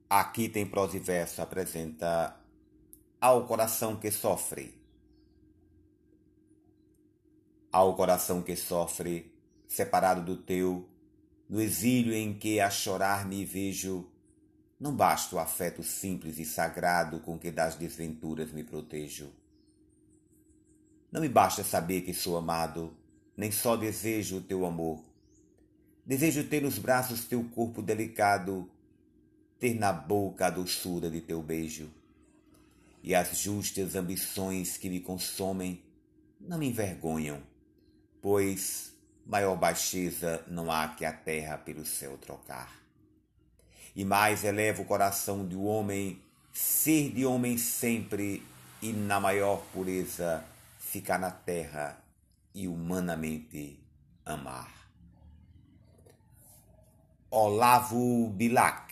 Aqui tem prosa e verso, apresenta ao coração que sofre. Ao coração que sofre, separado do teu, no exílio em que a chorar me vejo, não basta o afeto simples e sagrado com que das desventuras me protejo. Não me basta saber que sou amado, nem só desejo o teu amor. Desejo ter nos braços teu corpo delicado, ter na boca a doçura de teu beijo. E as justas ambições que me consomem não me envergonham, pois maior baixeza não há que a terra pelo céu trocar. E mais eleva o coração do homem ser de homem sempre e na maior pureza ficar na terra e humanamente amar. Olavo Bilac.